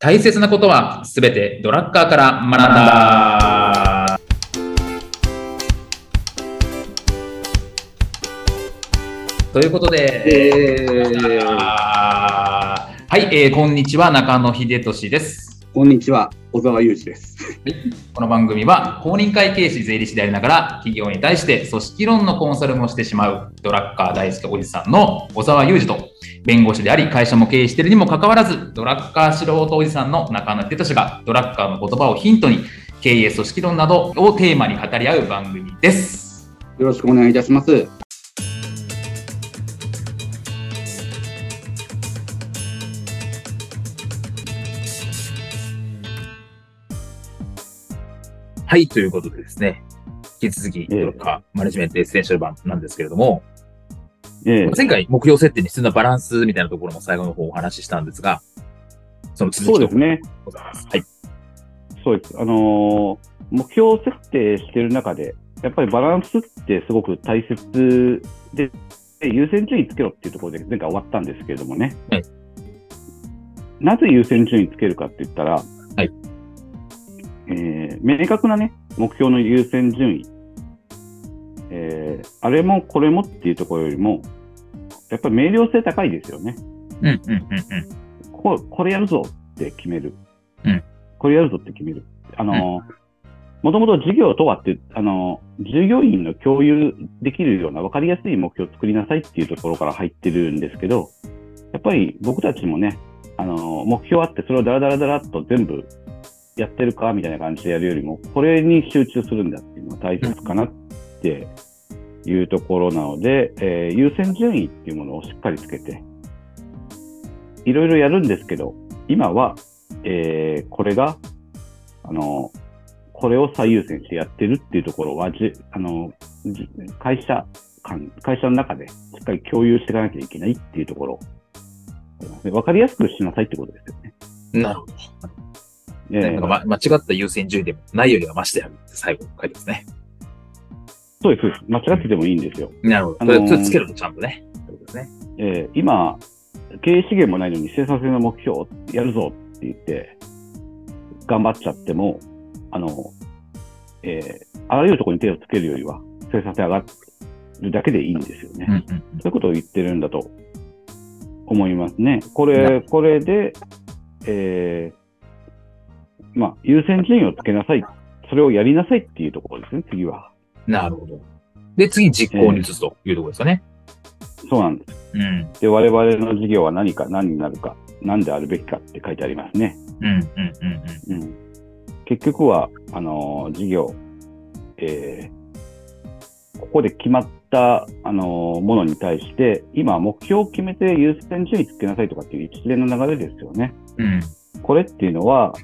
大切なことはすべてドラッカーから学んだ。ということで、はい、こんにちは、中野秀俊です。 こんにちは、小沢裕二です。 この番組は公認会計士税理士でありながら企業に対して組織論のコンサルもしてしまうドラッカー大好きおじさんの小沢裕二と、弁護士であり会社も経営しているにもかかわらずドラッカー素人おじさんの中野秀俊がドラッカーの言葉をヒントに経営組織論などをテーマに語り合う番組です。 よろしくお願いいたします。 はい、ということでですね、引き続きドラッカーマネジメントエッセンシャル版なんですけれども、前回目標設定に必要なバランスみたいなところも最後の方お話ししたんですが、その続きとございます。はい。 そうです。目標設定している中で、やっぱりバランスってすごく大切で、優先順位つけろっていうところで前回終わったんですけれどもね。 はい。 なぜ優先順位つけるかって言ったら、 はい。 明確なね、目標の優先順位、あれもこれもっていうところよりも、やっぱり明瞭性高いですよね。これやるぞって決める。これやるぞって決める。もともと事業とはって、従業員の共有できるような分かりやすい目標を作りなさいっていうところから入ってるんですけど、やっぱり僕たちもね、目標あってそれをダラダラっと全部やってるかみたいな感じでやるよりも、これに集中するんだっていうのが大切かなっていうところなので、優先順位っていうものをしっかりつけて、いろいろやるんですけど、今は、これが、これを最優先してやってるっていうところは、会社の中でしっかり共有していかなきゃいけないっていうところ。わかりやすくしなさいってことですよね。 なるほど。なんか間違った優先順位でもないよりはましてやるって最後書いてますね。 そうです。間違っててもいいんですよ。 なるほど。それつけるとちゃんとね。そうですね。今、経営資源もないのに生産性の目標をやるぞって言って、頑張っちゃっても、あらゆるところに手をつけるよりは、生産性上がるだけでいいんですよね。そういうことを言ってるんだと思いますね。これで、優先順位をつけなさい。それをやりなさいっていうところですね、次は。 なるほど。で、次、実行に移すというところですかね。 そうなんです。で、我々の事業は何になるか、何であるべきかって書いてありますね。結局は、事業、ここで決まった、ものに対して、今、目標を決めて優先順位つけなさいとかっていう一連の流れですよね。これっていうのは、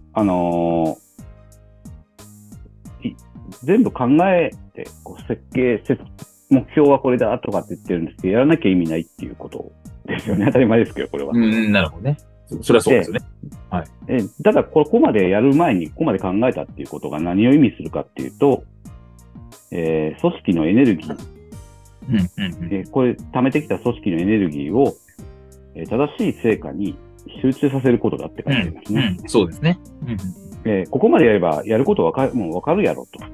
全部考えて、目標はこれだとかって言ってるんですけど、やらなきゃ意味ないっていうことですよね。当たり前ですけど、これは。 なるほどね。それはそうですよね。はい。 ただ、ここまでやる前に、ここまで考えたっていうことが何を意味するかっていうと、組織のエネルギー、これ、貯めてきた組織のエネルギーを、正しい成果に集中させることだって書いてありますね。 そうですね。 ここまでやれば、やることもう分かるやろと。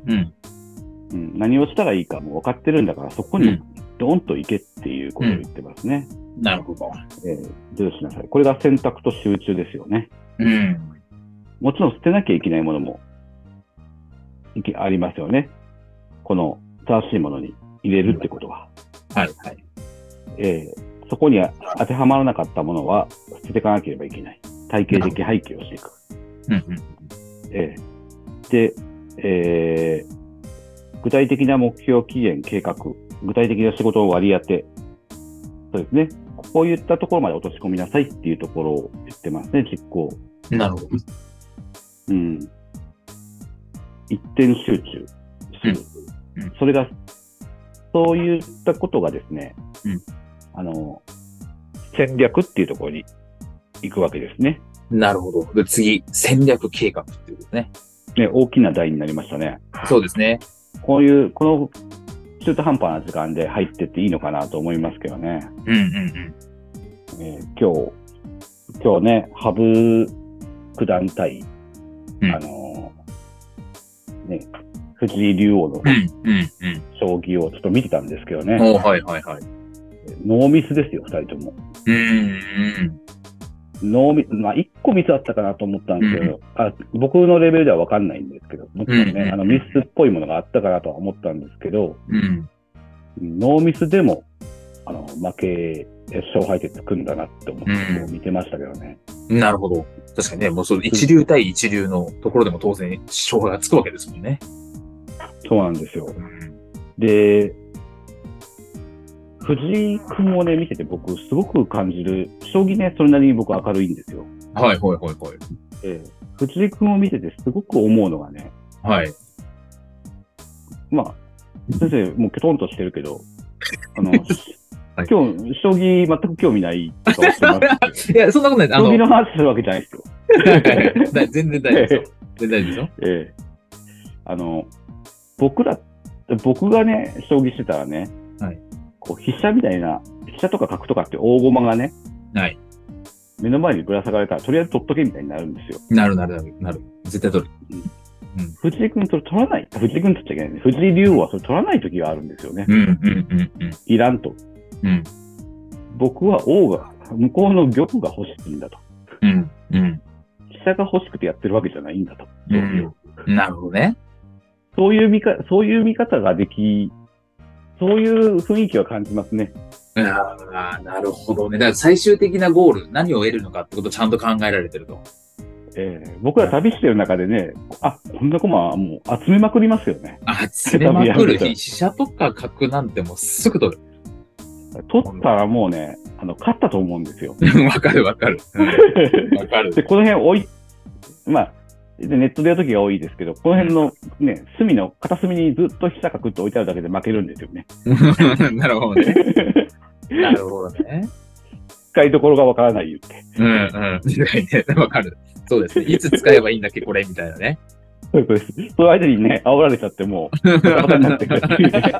何をしたらいいかも分かってるんだから、そこにドーンと行けっていうことを言ってますね。 なるほど。 どうしなさい。これが選択と集中ですよね。もちろん捨てなきゃいけないものもありますよね。この正しいものに入れるってことは。そこに当てはまらなかったものは捨てていかなければいけない。体系的廃棄をしていく。で、具体的な目標、期限、計画、具体的な仕事を割り当て、そうですね。こういったところまで落とし込みなさいっていうところを言ってますね、実行。 なるほど。 一点集中する。それが、そういったことがですね、戦略っていうところに行くわけですね。 なるほど。で、次、戦略計画っていうことですね。 大きな題になりましたね。 そうですね。 この中途半端な時間で入ってっていいのかなと思いますけどね。今日今日ね、羽生九段対、 うん、 ね、藤井竜王のうん、うん、 将棋をちょっと見てたんですけどね。 おはいはいはい。 ノーミスですよ、二人とも。 うん、 ノーミス、まあ、一個ミスあったかなと思ったんですけど、僕のレベルではわかんないんですけど、もちろんね、ミスっぽいものがあったかなとは思ったんですけど、ノーミスでも、負け、勝敗ってつくんだなって思って見てましたけどね。 なるほど。確かにね、もうそう一流対一流のところでも当然勝敗がつくわけですもんね。 そうなんですよ。で、藤井君をね、見てて僕すごく感じる、将棋ね、それなりに僕明るいんですよ。 はいはいはいはい。 藤井君を見ててすごく思うのがね、 はい。 まあ、先生、もうケトンとしてるけど、はい、今日、将棋全く興味ないとかしてます。 いや、そんなことないです。 将棋の話するわけじゃないですよ。 全然大丈夫ですよ。全然大丈夫ですよ。僕がね、将棋してたらね、はい、こう飛車みたいな、飛車とか角とかって大駒がね、はい、目の前にぶら下がれたら、とりあえず取っとけみたいになるんですよ。 なる。絶対取る。 藤井君それ取らない。藤井君取っちゃいけないね。藤井竜王はそれ取らないときがあるんですよね。いらんと。僕は王が、向こうの玉が欲しいんだと。飛車が欲しくてやってるわけじゃないんだと。 なるほどね。 そういう見方ができ、そういう雰囲気は感じますね。 ああ、なるほどね。だから最終的なゴール、何を得るのかってことをちゃんと考えられてると。 僕ら旅してる中でね、こんな駒はもう集めまくりますよね。 集めまくる。飛車とか角なんてもうすぐ取る。 取ったらもうね、勝ったと思うんですよ。 わかる。わかる。 で、この辺まあ、ネットでやるときが多いですけど、この辺のね、片隅にずっと飛車角って置いてあるだけで負けるんですよね。 なるほどね。なるほどね。 使いどころがわからない言って。 ね。わかる。そうですね。いつ使えばいいんだっけ、これ、みたいなね。 そうです。その間にね、煽られちゃってもう、バタバタになってくるっていうね。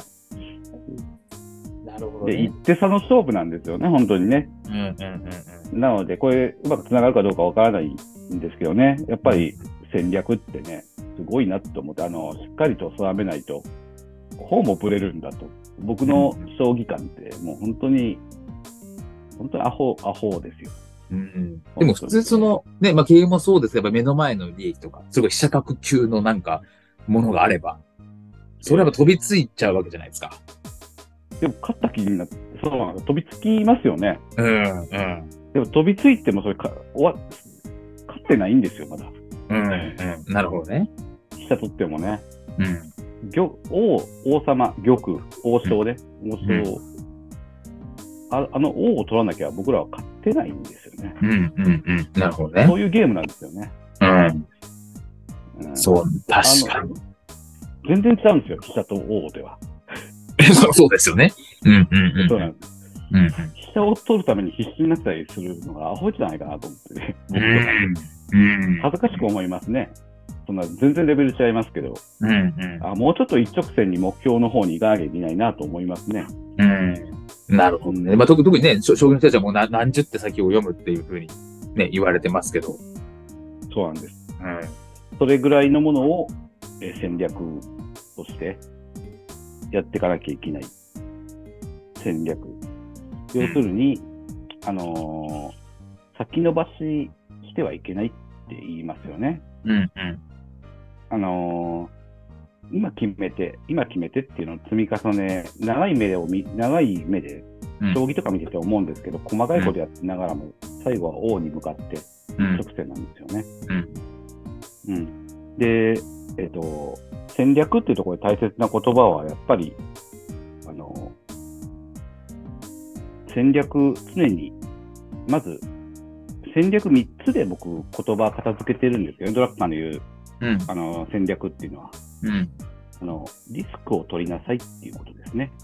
なるほど、ね。で、一手差の勝負なんですよね、本当にね。なので、これ、うまく繋がるかどうかわからないんですけどね。やっぱり戦略ってね、すごいなと思って、しっかりと定めないと、こうもブレるんだと。僕の将棋観って、もう本当にアホですよ。 でも普通ね、まあ、経営もそうですけど、目の前の利益とか、すごい飛車角級のなんか、ものがあれば、それは飛びついちゃうわけじゃないですか。 でも勝った気になって、そうなんです。飛びつきますよね。でも飛びついても勝ってないんですよ、まだ。 なるほどね。 飛車取ってもね。王様、玉、王将ね。王将。王を取らなきゃ僕らは勝ってないんですよね。 なるほどね。 そういうゲームなんですよね。 そう、確かに。 全然違うんですよ、飛車と王では。 そうですよね。 そうなんです。飛車を取るために必死になったりするのがアホじゃないかなと思ってね。恥ずかしく思いますね。そんな全然レベル違いますけど、もうちょっと一直線に目標の方に行かなきゃいけないなと思いますね。 なるほどね。まあ、特にね、将棋の人たちはもう何十手先を読むっていうふうにね、言われてますけど。 そうなんです。それぐらいのものを戦略としてやっていかなきゃいけない。戦略。要するに、先延ばししてはいけないって言いますよね。今決めてっていうのを積み重ね、長い目で、将棋とか見てて思うんですけど、細かいことやってながらも、最後は王に向かって一直線なんですよね。で、戦略っていうところで大切な言葉は、やっぱり、戦略、常に、まず、戦略3つで僕、言葉片付けてるんですよね。ドラッカーの言う、戦略っていうのは。リスクを取りなさいっていうことですね。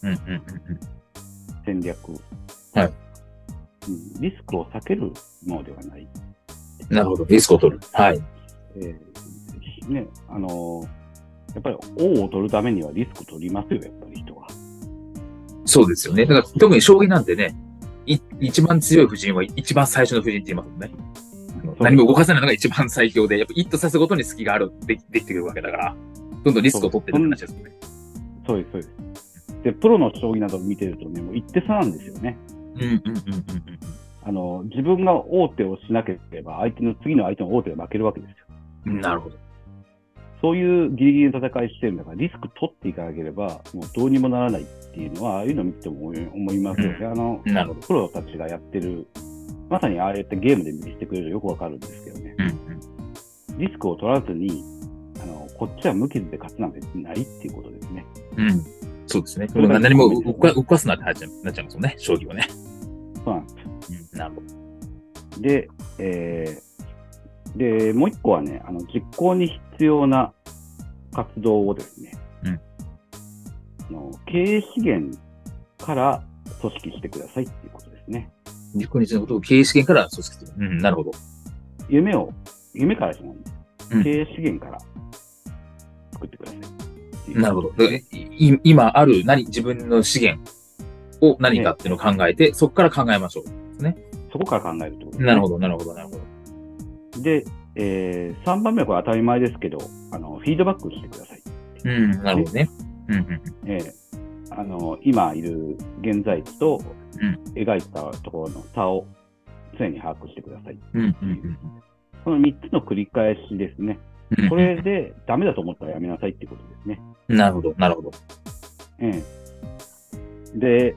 戦略。 はい。 リスクを避けるものではない。 なるほど。リスクを取る。はい。 ね、やっぱり王を取るためにはリスク取りますよ、やっぱり人は。 そうですよね。だから特に将棋なんてね、 一番強い夫人は一番最初の夫人って言いますもんね。何も動かせないのが一番最強で、やっぱ一手指すごとに隙がある、できてくるわけだから、どんどんリスクを取ってるって話ですもんね。 そうです、そうです。で、プロの将棋などを見てるとね、もう一手差なんですよね。自分が王手をしなければ、次の相手の王手が負けるわけですよ。 なるほど。そういうギリギリの戦いしてるんだから、リスク取っていかなければ、もうどうにもならないっていうのは、ああいうのを見ても思いますよね。なるほど。プロたちがやってる、まさにああやってゲームで見せてくれるとよくわかるんですけどね。リスクを取らずに、こっちは無傷で勝つなんてないっていうことですね。 そうですね。何も動かすなってなっちゃいますよね、将棋はね。 そうなんですよ。 なるほど。 で、もう一個はね、実行に必要な活動をですね、経営資源から組織してくださいっていうことですね。 実行に必要なことを経営資源から組織する。なるほど。 夢からじゃないんです。経営資源から作ってください。 なるほど。今ある自分の資源を何かっていうのを考えて、そこから考えましょうですね。 そこから考えるってことですね。 なるほど。 で、3番目はこれ当たり前ですけど、フィードバックしてください。 なるほどね。 今いる現在地と描いたところの差を常に把握してください。この3つの繰り返しですね。これでダメだと思ったらやめなさいっていうことですね。 なるほど。 で、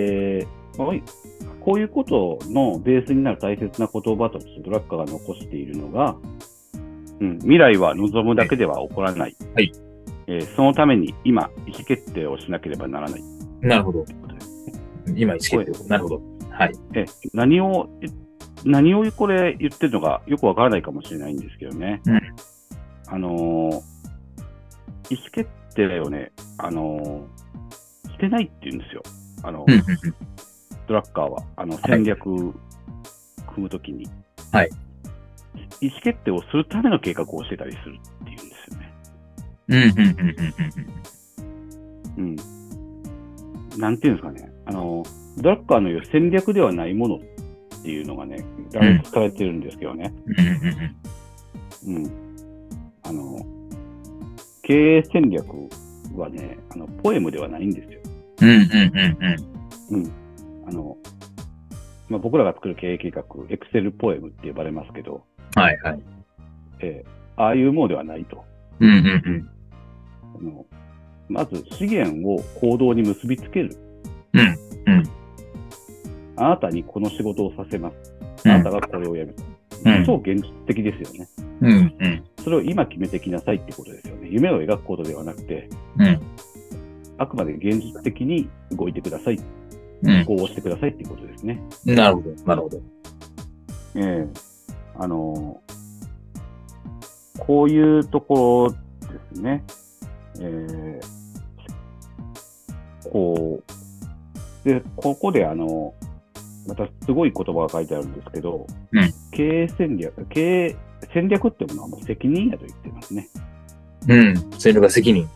こういうことのベースになる大切な言葉としてドラッカーが残しているのが、未来は望むだけでは起こらない。そのために今、意思決定をしなければならない。 なるほど。今、意思決定。なるほど。 何をこれ言ってるのかよくわからないかもしれないんですけどね。意思決定をね、してないって言うんですよ。ドラッカーは、戦略組むときに、意思決定をするための計画をしてたりするっていうんですよね。なんていうんですかね。ドラッカーの言う戦略ではないものっていうのがね、羅列されてるんですけどね。経営戦略はね、ポエムではないんですよ。僕らが作る経営計画、エクセルポエムって呼ばれますけど、ああいうものではないと。まず資源を行動に結びつける。あなたにこの仕事をさせます。あなたがこれをやる。超現実的ですよね。それを今決めてきなさいってことですよね。夢を描くことではなくて、あくまで現実的に動いてください。行動してくださいっていうことですね。 なるほど。 こういうところですね。ここでまたすごい言葉が書いてあるんですけど、経営戦略ってものはもう責任やと言ってますね。 戦略は責任。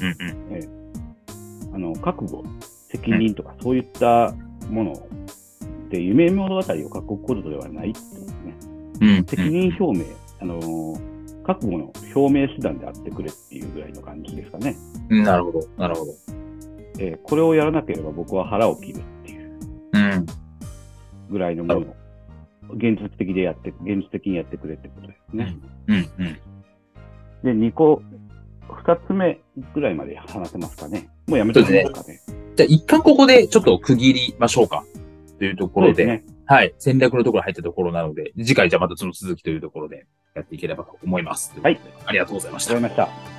覚悟、責任とかそういったもので夢物語を書くことではないってことですね。責任表明、覚悟の表明手段であってくれっていうぐらいの感じですかね。 なるほど。 これをやらなければ僕は腹を切るっていうぐらいのものを現実的にやってくれってことですね。で、2つ目ぐらいまで話せますかね。もうやめてもらえますかね。 じゃあ一旦ここでちょっと区切りましょうか。というところで、戦略のところ入ったところなので、次回じゃあまたその続きというところでやっていければと思います。 はい。 ありがとうございました。 ありがとうございました。